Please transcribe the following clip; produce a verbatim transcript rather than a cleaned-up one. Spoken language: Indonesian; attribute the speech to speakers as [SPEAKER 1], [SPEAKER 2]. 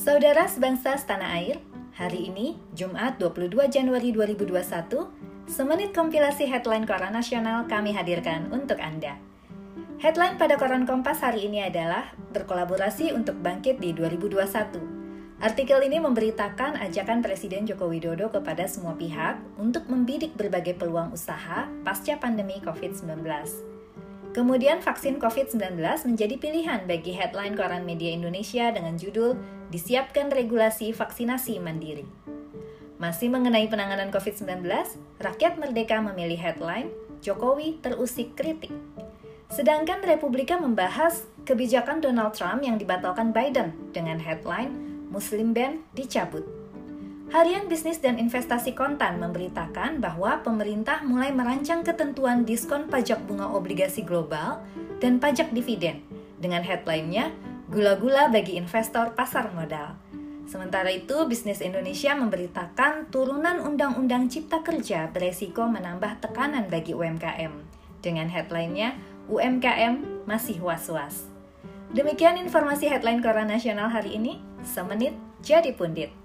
[SPEAKER 1] Saudara sebangsa setanah air, hari ini, Jumat dua puluh dua Januari dua ribu dua puluh satu, semenit kompilasi headline Koran Nasional kami hadirkan untuk Anda. Headline pada Koran Kompas hari ini adalah berkolaborasi untuk bangkit di dua ribu dua puluh satu. Artikel ini memberitakan ajakan Presiden Joko Widodo kepada semua pihak untuk membidik berbagai peluang usaha pasca pandemi covid sembilan belas. Kemudian vaksin covid sembilan belas menjadi pilihan bagi headline koran media Indonesia dengan judul Disiapkan Regulasi Vaksinasi Mandiri. Masih mengenai penanganan covid sembilan belas, Rakyat Merdeka memilih headline Jokowi terusik kritik. Sedangkan Republika membahas kebijakan Donald Trump yang dibatalkan Biden dengan headline Muslim Ban dicabut. Harian Bisnis dan Investasi Kontan memberitakan bahwa pemerintah mulai merancang ketentuan diskon pajak bunga obligasi global dan pajak dividen dengan headline-nya Gula-gula bagi investor pasar modal. Sementara itu, Bisnis Indonesia memberitakan turunan Undang-Undang Cipta Kerja beresiko menambah tekanan bagi U M K M dengan headline-nya U M K M masih was-was. Demikian informasi headline Koran Nasional hari ini, semenit jadi pundit.